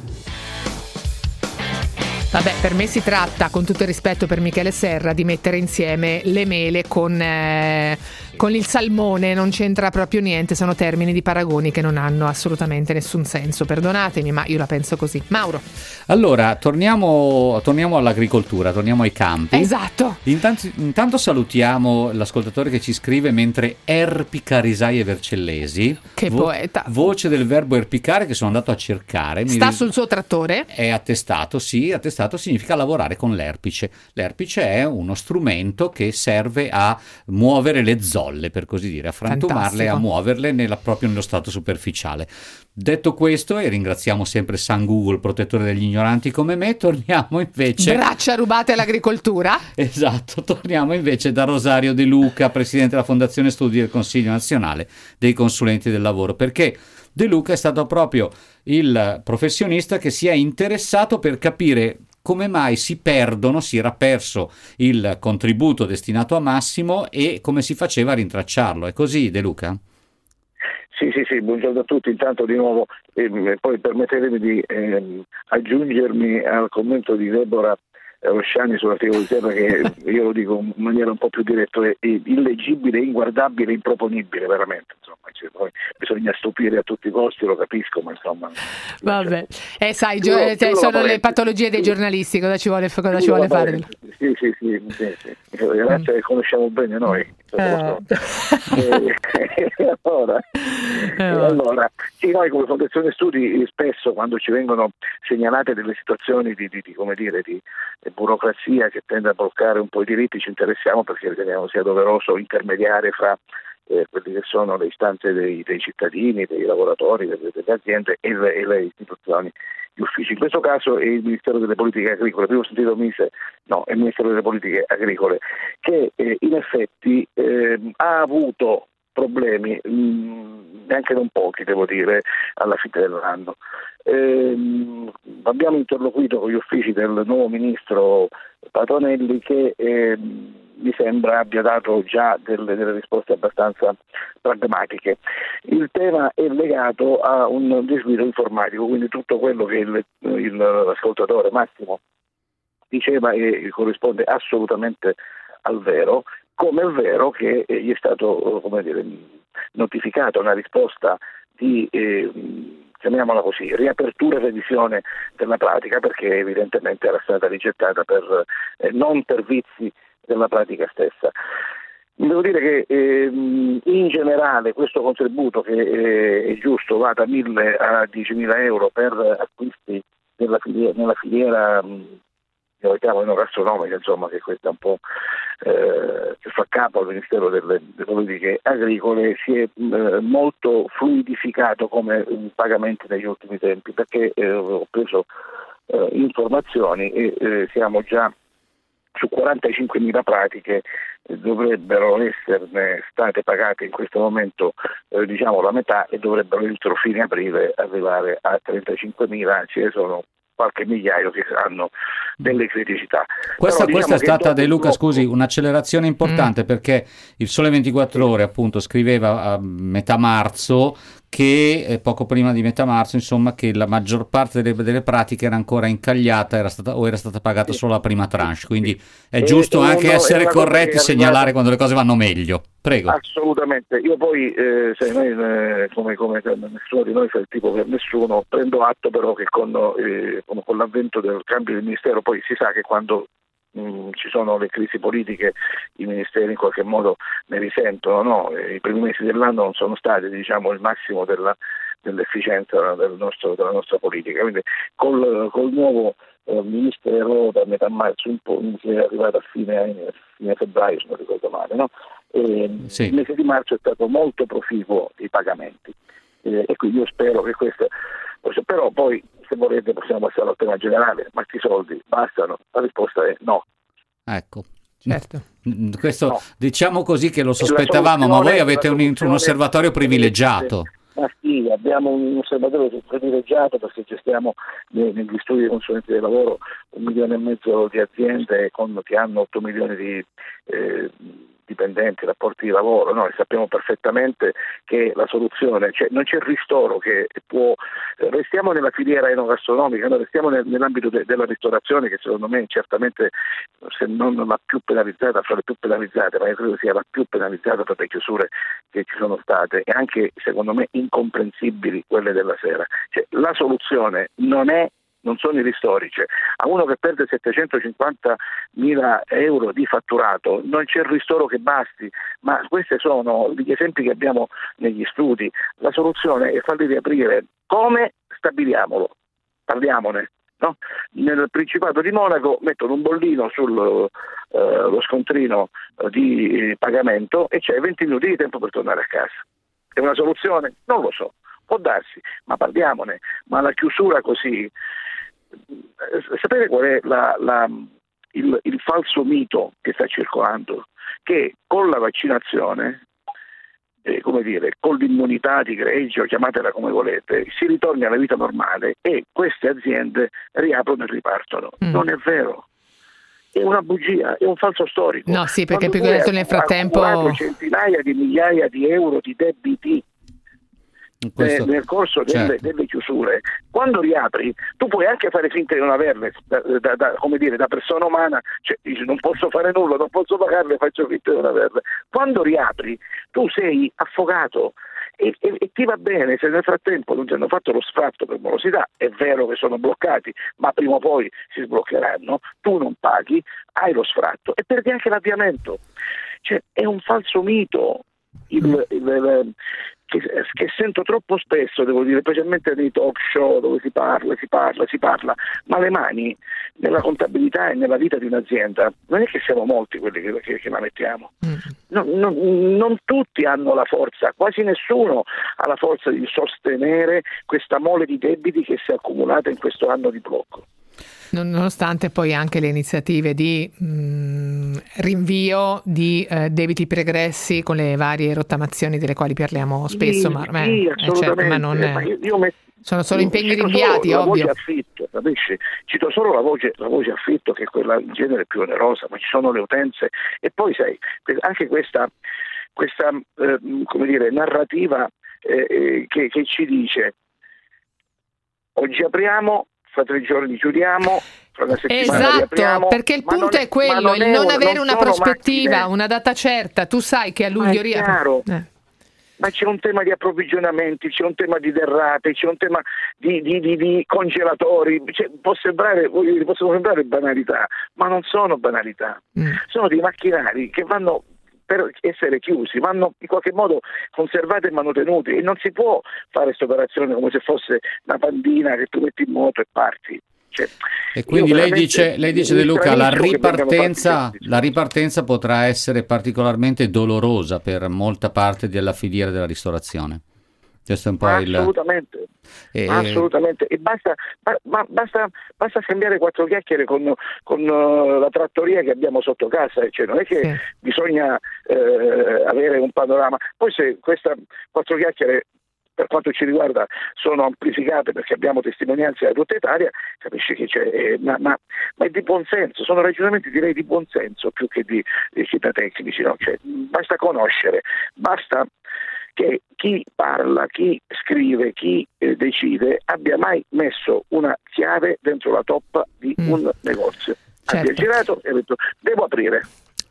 Vabbè, per me si tratta, con tutto il rispetto per Michele Serra, di mettere insieme le mele con, eh, con il salmone, non c'entra proprio niente, sono termini di paragoni che non hanno assolutamente nessun senso, perdonatemi, ma io la penso così. Mauro. Allora, torniamo, torniamo all'agricoltura, torniamo ai campi. Esatto. Intanto, intanto salutiamo l'ascoltatore che ci scrive mentre erpica risaie vercellesi. Che poeta. Voce del verbo erpicare che sono andato a cercare. Mi Sta ris- sul suo trattore? È attestato, sì, attestato significa lavorare con l'erpice. L'erpice è uno strumento che serve a muovere le zolle, per così dire, a frantumarle, Fantastico. a muoverle nella- proprio nello stato superficiale. Detto questo, e ringraziamo sempre San Google, protettore degli ignoranti come me, torniamo invece... Braccia rubate all'agricoltura? Esatto, torniamo invece da Rosario De Luca, presidente della Fondazione Studi del Consiglio Nazionale dei Consulenti del Lavoro, perché De Luca è stato proprio il professionista che si è interessato per capire come mai si perdono, si era perso il contributo destinato a Massimo e come si faceva a rintracciarlo. È così, De Luca? Sì, sì, sì, buongiorno a tutti. Intanto di nuovo, ehm, poi permettetemi di ehm, aggiungermi al commento di Deborah Rosciani sull'articolo di Serra, che io lo dico in maniera un po' più diretta, è illeggibile, inguardabile, improponibile veramente, insomma, cioè, poi bisogna stupire a tutti i costi, lo capisco, ma insomma... Vabbè, eh sai, Chiudo- gio- cioè, chiudo la sono le parentesi. patologie dei Chiudo- giornalisti, cosa ci vuole, cosa ci chiudo vuole la fare? parentesi. Sì, sì, sì, sì, sì. Grazie che conosciamo bene noi. Eh. E, e allora, e allora, sì, noi come Fondazione Studi spesso quando ci vengono segnalate delle situazioni di, di, di come dire, di, di burocrazia che tende a bloccare un po' i diritti, ci interessiamo perché riteniamo sia doveroso intermediare fra eh, quelli che sono le istanze dei, dei cittadini, dei lavoratori, delle, delle aziende e le, e le istituzioni, gli uffici. In questo caso è il Ministero delle Politiche Agricole, prima ho sentito Mise, no, è il Ministero delle Politiche Agricole, che eh, in effetti eh, ha avuto problemi, mh, neanche non pochi devo dire, alla fine dell'anno. Ehm, abbiamo interloquito con gli uffici del nuovo ministro Patonelli che ehm, mi sembra abbia dato già delle, delle risposte abbastanza pragmatiche. Il tema è legato a un disguido informatico, quindi tutto quello che il, il, l'ascoltatore Massimo diceva e corrisponde assolutamente al vero, come è vero che gli è stato, come dire, notificata una risposta di, eh, chiamiamola così, riapertura e revisione della pratica, perché evidentemente era stata rigettata per, eh, non per vizi della pratica stessa. Devo dire che eh, in generale questo contributo, che eh, è giusto, va da mille a diecimila euro per acquisti nella filiera, nella filiera mh, io chiamo enogastronomica, insomma, che questa è un po' eh, che fa capo al Ministero delle, delle Politiche Agricole, si è eh, molto fluidificato come um, pagamenti negli ultimi tempi, perché eh, ho preso eh, informazioni e eh, siamo già su quarantacinquemila pratiche, eh, dovrebbero esserne state pagate in questo momento eh, diciamo la metà e dovrebbero entro fine aprile arrivare a trentacinquemila, ce ne sono qualche migliaio che hanno delle criticità. Questa, Però, questa diciamo è stata, che De Luca, dopo- scusi, un'accelerazione importante, Mm. perché il Sole ventiquattro Ore appunto scriveva a metà marzo che eh, poco prima di metà marzo, insomma, che la maggior parte delle, delle pratiche era ancora incagliata, era stata, o era stata pagata Sì. solo la prima tranche, quindi è E giusto uno- anche è essere una cosa che corretti, è segnalare arrivata- quando le cose vanno meglio. Prego. Assolutamente, io poi eh, sai, noi, eh, come, come nessuno di noi fa il tipo per nessuno, prendo atto però che con, eh, con, con l'avvento del cambio del Ministero poi si sa che quando mh, ci sono le crisi politiche, i ministeri in qualche modo ne risentono, no? I primi mesi dell'anno non sono stati, diciamo, il massimo della, dell'efficienza del nostro, della nostra politica, quindi col, col nuovo eh, ministero da metà marzo un po', che è arrivato a fine, fine febbraio, se non ricordo male, no? E sì. Il mese di marzo è stato molto proficuo i pagamenti, eh, e quindi io spero che questo, però poi se volete possiamo passare al tema generale, ma questi soldi bastano? La risposta è no. Ecco. Certo. Questo no. Diciamo così che lo sospettavamo, ma voi avete un, un osservatorio privilegiato. Ma sì, abbiamo un osservatorio privilegiato perché gestiamo negli studi dei consulenti del lavoro un milione e mezzo di aziende con, che hanno otto milioni di eh, dipendenti, rapporti di lavoro, noi sappiamo perfettamente che la soluzione, cioè non c'è ristoro che può, restiamo nella filiera enogastronomica, no? Restiamo nel, nell'ambito de, della ristorazione, che secondo me certamente, se non la più penalizzata, fra le più penalizzate, ma io credo sia la più penalizzata per le chiusure che ci sono state, e anche secondo me incomprensibili quelle della sera. Cioè, la soluzione non è non sono i ristori, cioè, a uno che perde settecentocinquantamila euro di fatturato non c'è il ristoro che basti, ma questi sono gli esempi che abbiamo negli studi. La soluzione è farli riaprire. Come? Stabiliamolo, parliamone. No? Nel Principato di Monaco mettono un bollino sullo eh, scontrino eh, di pagamento e c'è venti minuti di tempo per tornare a casa. È una soluzione? Non lo so, può darsi, ma parliamone. Ma la chiusura così, sapete qual è la, la, il, il falso mito che sta circolando? Che con la vaccinazione, eh, come dire, con l'immunità di gregge, chiamatela come volete, si ritorna alla vita normale e queste aziende riaprono e ripartono. Mm. Non è vero. È una bugia, è un falso storico. No, sì, perché più che altro nel frattempo ha centinaia di migliaia di euro di debiti questo, nel corso delle, certo. delle chiusure. Quando riapri tu puoi anche fare finta di non averle da, da, da, come dire, da persona umana, cioè dici non posso fare nulla, non posso pagarle, faccio finta di non averle. Quando riapri tu sei affogato e, e, e ti va bene se nel frattempo non ti hanno fatto lo sfratto per morosità. È vero che sono bloccati, ma prima o poi si sbloccheranno, tu non paghi, hai lo sfratto e perdi anche l'avviamento. Cioè è un falso mito il, il, il Che, che sento troppo spesso, devo dire, specialmente nei talk show dove si parla, si parla, si parla, ma le mani nella contabilità e nella vita di un'azienda non è che siamo molti quelli che, che, che la mettiamo. No, no, non tutti hanno la forza, quasi nessuno ha la forza di sostenere questa mole di debiti che si è accumulata in questo anno di blocco. Nonostante poi anche le iniziative di mh, rinvio di eh, debiti pregressi con le varie rottamazioni delle quali parliamo spesso, sì, ma, sì, eh, certo, ma non è, ma io, io met... sono solo impegni cito rinviati, solo ovvio. La voce affitto, capisci? Cito solo la voce, la voce affitto, che è quella in genere più onerosa, ma ci sono le utenze e poi sai, anche questa, questa eh, come dire, narrativa eh, che, che ci dice oggi apriamo, fra tre giorni chiudiamo, fra una settimana esatto, riapriamo, perché il punto è, è quello, non il è non un, avere non una prospettiva, macchine. Una data certa. Tu sai che a luglio riapre. Eh. Ma c'è un tema di approvvigionamenti, c'è un tema di derrate, c'è un tema di, di, di, di congelatori, cioè, può sembrare, possono sembrare banalità, ma non sono banalità, mm. sono dei macchinari che vanno per essere chiusi, vanno in qualche modo conservati e manutenuti e non si può fare questa operazione come se fosse una pandina che tu metti in moto e parti. Cioè, e quindi lei dice, lei dice De Luca, la ripartenza, la ripartenza potrà essere particolarmente dolorosa per molta parte della filiera della ristorazione. Questo è un po' assolutamente, il... e... assolutamente. E basta, ba, basta, basta scambiare quattro chiacchiere con, con uh, la trattoria che abbiamo sotto casa, cioè non è che sì. bisogna eh, avere un panorama. Poi se queste quattro chiacchiere per quanto ci riguarda sono amplificate perché abbiamo testimonianze da tutta Italia, capisci che c'è, eh, ma, ma, ma è di buonsenso, sono ragionamenti direi di buonsenso più che di, di città tecnici, no? Cioè, basta conoscere, basta che chi parla, chi scrive, chi eh, decide abbia mai messo una chiave dentro la toppa di mm. un negozio. Certo. Abbia girato e ha detto devo aprire.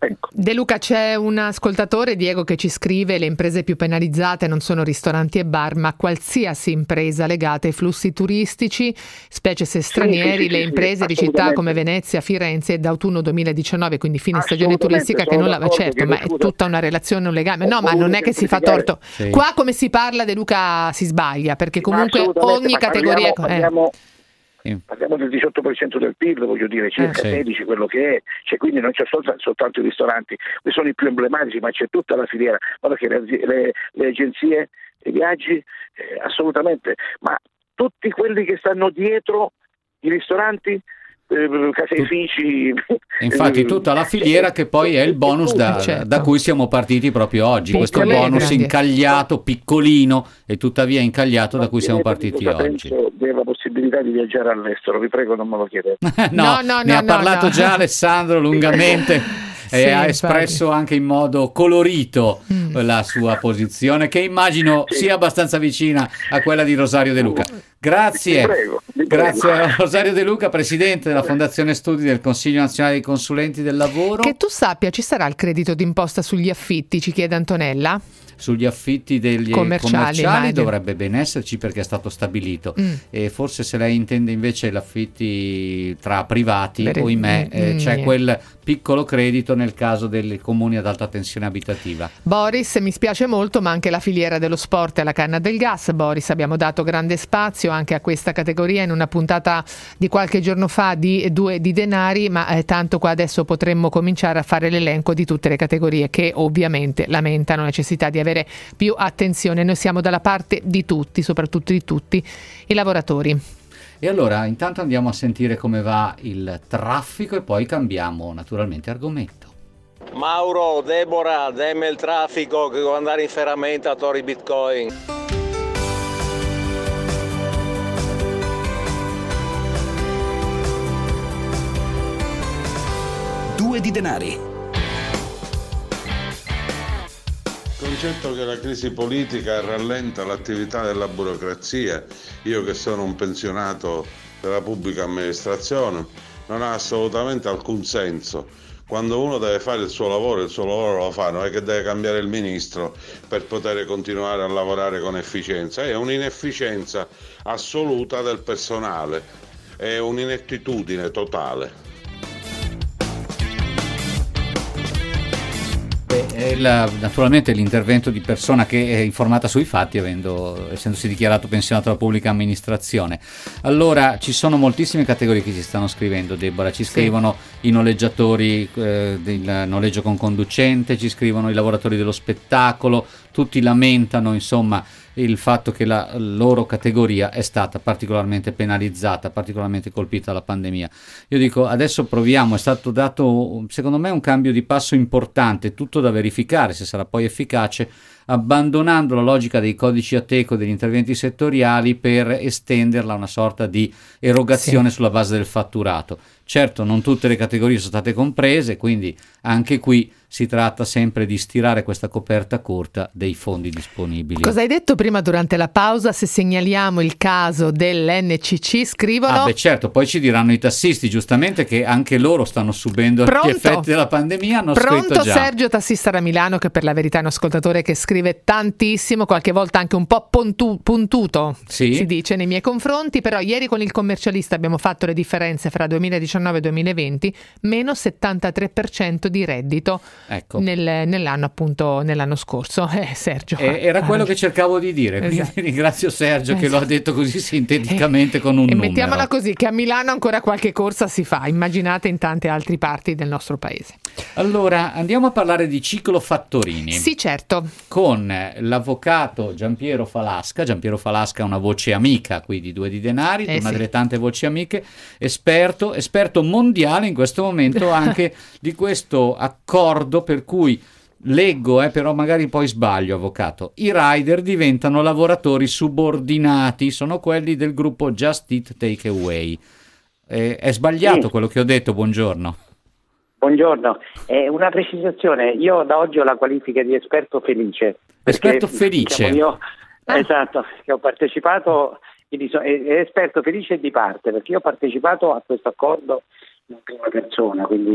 Ecco. De Luca, c'è un ascoltatore, Diego, che ci scrive: le imprese più penalizzate non sono ristoranti e bar, ma qualsiasi impresa legata ai flussi turistici, specie se stranieri. Sì, sì, sì, le imprese sì, di città come Venezia, Firenze ed autunno duemiladiciannove, quindi fine stagione turistica, che non la certo, ma è tutta una relazione, un legame. No, ma non è che si fa torto. Sì. Qua come si parla, De Luca, si sbaglia, perché comunque ogni categoria... Parliamo, eh. parliamo del diciotto per cento del P I L, voglio dire, circa eh, sì. sedici quello che è, cioè, quindi non c'è soltanto, soltanto i ristoranti, qui sono i più emblematici, ma c'è tutta la filiera. Guarda che le, le, le agenzie, i viaggi, eh, assolutamente, ma tutti quelli che stanno dietro i ristoranti, eh, caseifici. Infatti tutta la filiera che poi è il bonus da, certo. da cui siamo partiti proprio oggi, Piccole, questo bonus grandi. incagliato, piccolino e tuttavia incagliato, da cui siamo partiti oggi. Della possibilità di viaggiare all'estero, vi prego non me lo chiedete. no, no, no, ne no, ha no, parlato no. già Alessandro lungamente. E sì, ha espresso infatti. anche in modo colorito mm. la sua posizione, che immagino sì. sia abbastanza vicina a quella di Rosario De Luca. Grazie, vi prego, vi prego. Grazie a Rosario De Luca, presidente della Fondazione Studi del Consiglio Nazionale dei Consulenti del Lavoro. Che tu sappia, ci sarà il credito d'imposta sugli affitti, ci chiede Antonella? Sugli affitti degli commerciali, commerciali dovrebbe ben esserci, perché è stato stabilito. Mm. E forse se lei intende invece gli affitti tra privati, Beh, ohimè, mm, eh, c'è mm, quel piccolo credito nel caso dei comuni ad alta tensione abitativa. Boris, mi spiace molto, ma anche la filiera dello sport e la canna del gas. Boris, abbiamo dato grande spazio anche a questa categoria in una puntata di qualche giorno fa di Due di Denari, ma eh, tanto qua adesso potremmo cominciare a fare l'elenco di tutte le categorie che ovviamente lamentano necessità di avere più attenzione. Noi siamo dalla parte di tutti, soprattutto di tutti i lavoratori. E allora intanto andiamo a sentire come va il traffico e poi cambiamo naturalmente argomento. Mauro, Deborah, dammi il traffico che devo andare in ferramenta a Tori Bitcoin. Due di Denari. Il concetto che la crisi politica rallenta l'attività della burocrazia, io che sono un pensionato della pubblica amministrazione, non ha assolutamente alcun senso. Quando uno deve fare il suo lavoro, il suo lavoro lo fa, non è che deve cambiare il ministro per poter continuare a lavorare con efficienza, è un'inefficienza assoluta del personale, è un'inettitudine totale. È la, naturalmente l'intervento di persona che è informata sui fatti, avendo, essendosi dichiarato pensionato dalla pubblica amministrazione. Allora, ci sono moltissime categorie che ci stanno scrivendo, Deborah, ci scrivono sì. i noleggiatori eh, del noleggio con conducente, ci scrivono i lavoratori dello spettacolo, tutti lamentano insomma il fatto che la loro categoria è stata particolarmente penalizzata, particolarmente colpita dalla pandemia. Io dico, adesso proviamo, è stato dato secondo me un cambio di passo importante, tutto da verificare se sarà poi efficace, abbandonando la logica dei codici Ateco, degli interventi settoriali, per estenderla a una sorta di erogazione sì. sulla base del fatturato. Certo, non tutte le categorie sono state comprese, quindi anche qui si tratta sempre di stirare questa coperta corta dei fondi disponibili. Cosa hai detto prima durante la pausa? Se segnaliamo il caso dell'N C C, scrivono... Ah beh certo, poi ci diranno i tassisti giustamente che anche loro stanno subendo Pronto? gli effetti della pandemia, hanno Pronto scritto già. Sergio, tassista da Milano, che per la verità è un ascoltatore che scrive tantissimo, qualche volta anche un po' puntu- puntuto, sì. si dice, nei miei confronti, però ieri con il commercialista abbiamo fatto le differenze fra duemiladiciannove e duemilaventi, meno settantatré per cento di reddito. Ecco. Nel, nell'anno appunto nell'anno scorso eh, Sergio eh, era quello ah, che cercavo di dire, quindi esatto. ringrazio Sergio esatto. che lo ha detto così sinteticamente eh, con un e numero. Mettiamola così, che a Milano ancora qualche corsa si fa, immaginate in tante altre parti del nostro paese. Allora andiamo a parlare di ciclofattorini. Sì, certo, con l'avvocato Giampiero Falasca. Giampiero Falasca è una voce amica qui di Due di Denari, eh, una sì. delle tante voci amiche, esperto esperto mondiale in questo momento anche di questo accordo per cui leggo, eh, però magari poi sbaglio, avvocato, i rider diventano lavoratori subordinati, sono quelli del gruppo Just Eat Takeaway. Eh, è sbagliato sì. quello che ho detto? Buongiorno. Buongiorno, eh, una precisazione, io da oggi ho la qualifica di esperto felice. Perché, esperto felice? Diciamo, io, ah. Esatto, che ho partecipato, quindi so, è, è esperto felice di parte, perché io ho partecipato a questo accordo in prima persona, quindi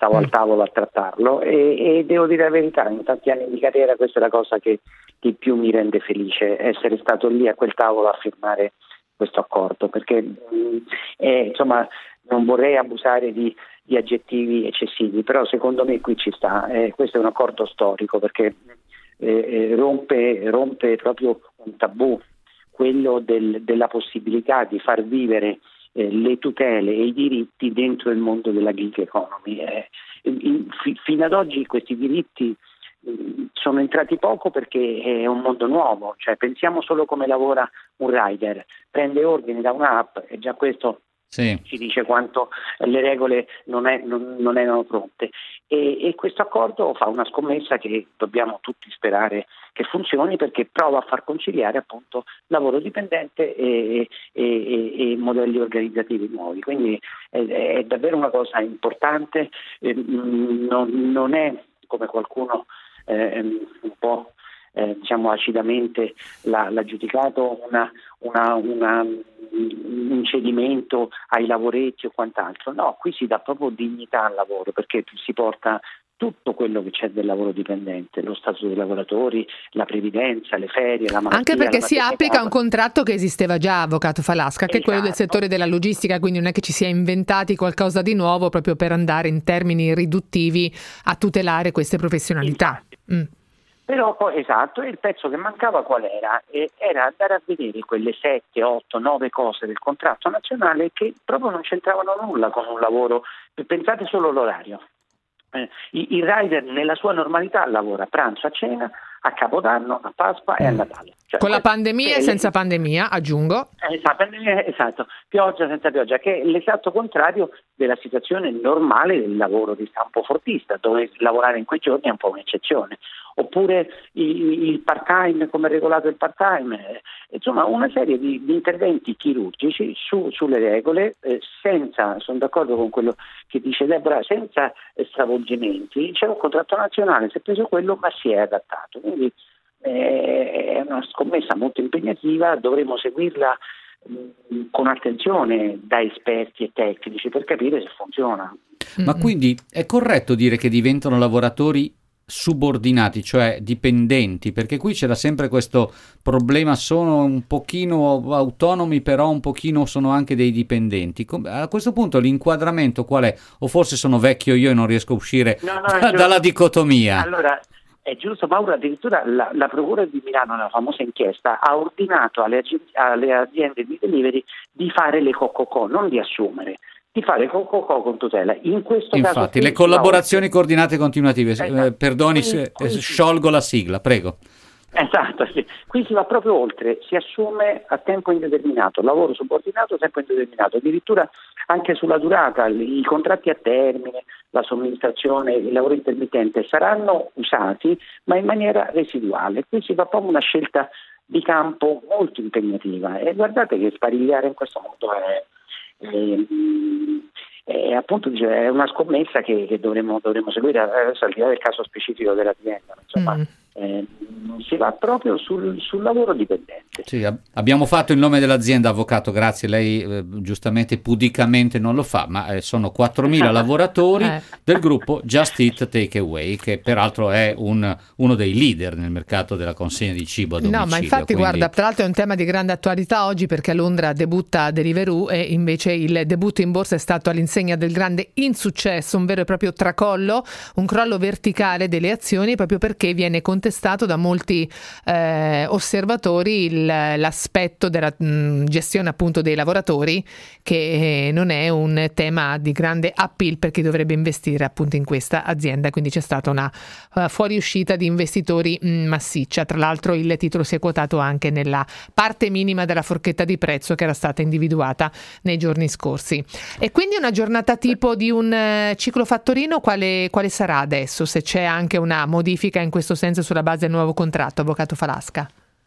stavo al tavolo a trattarlo e, e devo dire la verità, in tanti anni di carriera questa è la cosa che di più mi rende felice, essere stato lì a quel tavolo a firmare questo accordo, perché mh, eh, insomma non vorrei abusare di, di aggettivi eccessivi, però secondo me qui ci sta, eh, questo è un accordo storico perché eh, rompe, rompe proprio un tabù, quello del, della possibilità di far vivere eh, le tutele e i diritti dentro il mondo della gig economy. Eh, in, fi, fino ad oggi questi diritti sono entrati poco perché è un mondo nuovo, cioè pensiamo solo come lavora un rider, prende ordini da un'app e già questo sì. ci dice quanto le regole non, è, non, non erano pronte e, e questo accordo fa una scommessa che dobbiamo tutti sperare che funzioni, perché prova a far conciliare appunto lavoro dipendente e, e, e, e modelli organizzativi nuovi, quindi è, è davvero una cosa importante, eh, non, non è come qualcuno Eh, un po' eh, diciamo acidamente l'ha, l'ha giudicato una, una, una, un cedimento ai lavoretti o quant'altro. No, qui si dà proprio dignità al lavoro, perché si porta tutto quello che c'è del lavoro dipendente, lo statuto dei lavoratori, la previdenza, le ferie, la malattia. Anche perché si applica un contratto che esisteva già, avvocato Falasca, che esatto. è quello del settore della logistica, quindi non è che ci si è inventati qualcosa di nuovo proprio per andare in termini riduttivi a tutelare queste professionalità. Mm. Però poi esatto, e il pezzo che mancava qual era? Eh, era andare a vedere quelle sette, otto, nove cose del contratto nazionale che proprio non c'entravano nulla con un lavoro. Pensate solo all'orario. Eh, il rider nella sua normalità lavora a pranzo, a cena, a Capodanno, a Pasqua e a Natale. Cioè, con la pandemia e senza pandemia, aggiungo. Esatto, esatto, pioggia senza pioggia, che è l'esatto contrario della situazione normale del lavoro di stampo fortista, dove lavorare in quei giorni è un po' un'eccezione. Oppure il, il part-time, come è regolato il part-time, eh, insomma una serie di, di interventi chirurgici su, sulle regole, eh, senza, sono d'accordo con quello che dice Deborah, senza stravolgimenti. C'è un contratto nazionale, si è preso quello ma si è adattato, quindi eh, è una scommessa molto impegnativa, dovremo seguirla mh, con attenzione da esperti e tecnici per capire se funziona. Ma quindi è corretto dire che diventano lavoratori subordinati, cioè dipendenti, perché qui c'era sempre questo problema, sono un pochino autonomi però un pochino sono anche dei dipendenti. A questo punto l'inquadramento qual è? O forse sono vecchio io e non riesco a uscire no, no, da, dalla dicotomia? Allora è giusto, Mauro, addirittura la, la Procura di Milano nella famosa inchiesta ha ordinato alle, alle aziende di delivery di fare le cococò, non di assumere, di fare cococò con tutela. In questo Infatti, caso le collaborazioni no. coordinate continuative, esatto. eh, perdoni quindi, se quindi, sciolgo la sigla, prego. Esatto, sì. Qui si va proprio oltre, si assume a tempo indeterminato, lavoro subordinato a tempo indeterminato, addirittura anche sulla durata, i contratti a termine, la somministrazione, il lavoro intermittente saranno usati ma in maniera residuale. Qui si fa proprio una scelta di campo molto impegnativa e guardate che sparigliare in questo modo è E, e appunto dice, è una scommessa che, che dovremo, dovremo seguire adesso, al di là del caso specifico dell'azienda, insomma, mm. eh, si va proprio sul, sul lavoro dipendente. Sì, ab- abbiamo fatto il nome dell'azienda, avvocato, grazie, lei eh, giustamente pudicamente non lo fa, ma eh, sono quattromila lavoratori eh. del gruppo Just Eat Takeaway, che peraltro è un, uno dei leader nel mercato della consegna di cibo a domicilio. No, ma infatti quindi... guarda, tra l'altro è un tema di grande attualità oggi, perché a Londra debutta Deliveroo e invece il debutto in borsa è stato all'insegna del grande insuccesso, un vero e proprio tracollo, un crollo verticale delle azioni, proprio perché viene contestato da molti eh, osservatori il, l'aspetto della mh, gestione appunto dei lavoratori, che eh, non è un tema di grande appeal per chi dovrebbe investire appunto in questa azienda, quindi c'è stata una uh, fuoriuscita di investitori mh, massiccia. Tra l'altro il titolo si è quotato anche nella parte minima della forchetta di prezzo che era stata individuata nei giorni scorsi. E quindi una giornata tipo di un uh, ciclo fattorino quale, quale sarà adesso, se c'è anche una modifica in questo senso sulla base del nuovo contratto, avvocato Falasca?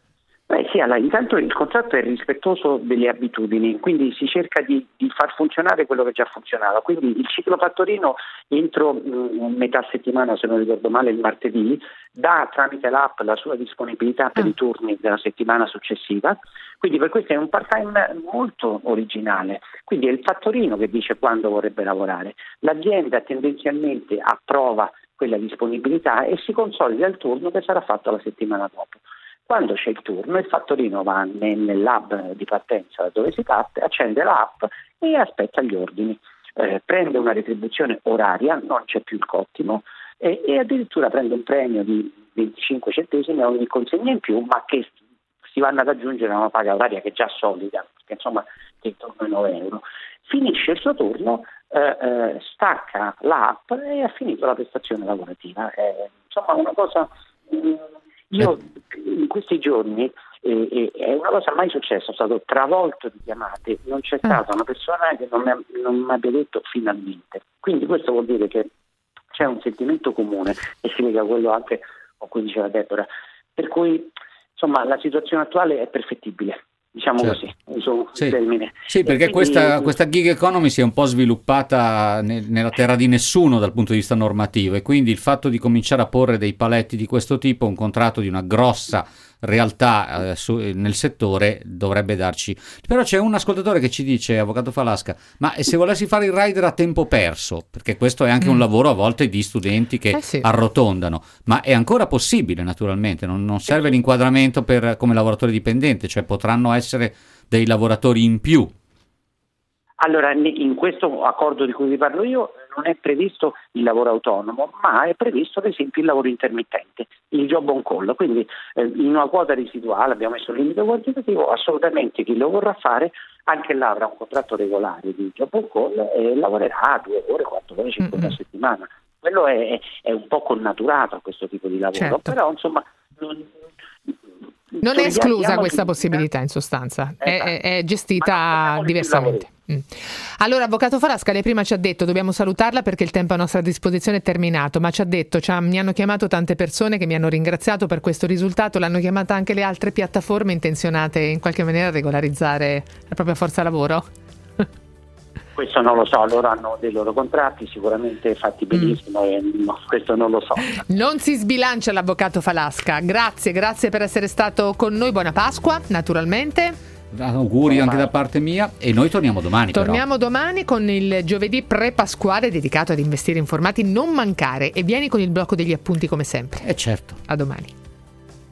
Beh sì, allora, intanto il contratto è rispettoso delle abitudini, quindi si cerca di, di far funzionare quello che già funzionava, quindi il ciclo fattorino entro mh, metà settimana, se non ricordo male il martedì, dà tramite l'app la sua disponibilità per i turni della settimana successiva, quindi per questo è un part-time molto originale, quindi è il fattorino che dice quando vorrebbe lavorare, l'azienda tendenzialmente approva quella disponibilità e si consolida il turno che sarà fatto la settimana dopo. Quando c'è il turno, il fattorino va nell'hub di partenza dove si parte, accende l'app e aspetta gli ordini. Eh, prende una retribuzione oraria, non c'è più il cottimo, e, e addirittura prende un premio di venticinque centesimi a ogni consegna in più, ma che si vanno ad aggiungere a una paga oraria che è già solida, perché insomma è intorno ai nove euro. Finisce il suo turno, eh, eh, stacca l'app e ha finito la prestazione lavorativa. È, insomma una cosa... Mh, Io in questi giorni eh, eh, è una cosa mai successa, sono stato travolto di chiamate, non c'è stata una persona che non mi, ha, non mi abbia detto finalmente. Quindi questo vuol dire che c'è un sentimento comune e si lega a quello anche a cui diceva Deborah, per cui insomma la situazione attuale è perfettibile. Diciamo certo. così, uso sì. il termine. Sì, perché quindi... questa, questa gig economy si è un po' sviluppata nel, nella terra di nessuno dal punto di vista normativo, e quindi il fatto di cominciare a porre dei paletti di questo tipo, un contratto di una grossa realtà eh, su, nel settore, dovrebbe darci. Però c'è un ascoltatore che ci dice, avvocato Falasca, ma e se volessi fare il rider a tempo perso, perché questo è anche mm. un lavoro a volte di studenti che eh sì. arrotondano, ma è ancora possibile naturalmente, non, non serve l'inquadramento per, come lavoratore dipendente, cioè potranno essere dei lavoratori in più. Allora, in questo accordo di cui vi parlo io non è previsto il lavoro autonomo, ma è previsto ad esempio il lavoro intermittente, il job on call, quindi eh, in una quota residuale abbiamo messo il limite quantitativo, assolutamente chi lo vorrà fare anche là avrà un contratto regolare di job on call e lavorerà due ore, quattro ore, cinque ore a settimana. Quello è, è un po' connaturato a questo tipo di lavoro, certo. Però insomma... Non, Non è esclusa questa possibilità, in sostanza, è, è, è gestita diversamente. Mm. Allora, avvocato Falasca, lei prima ci ha detto, dobbiamo salutarla perché il tempo a nostra disposizione è terminato, ma ci ha detto, cioè, mi hanno chiamato tante persone che mi hanno ringraziato per questo risultato, l'hanno chiamata anche le altre piattaforme intenzionate in qualche maniera a regolarizzare la propria forza lavoro? Questo non lo so, loro hanno dei loro contratti sicuramente fatti benissimo mm. e no, questo non lo so. Non si sbilancia l'avvocato Falasca, grazie, grazie per essere stato con noi, buona Pasqua naturalmente. Auguri anche da parte mia e noi torniamo domani. Torniamo però. domani con il giovedì pre-pasquale dedicato ad investire informati, non mancare, e vieni con il blocco degli appunti come sempre. Eh certo. A domani.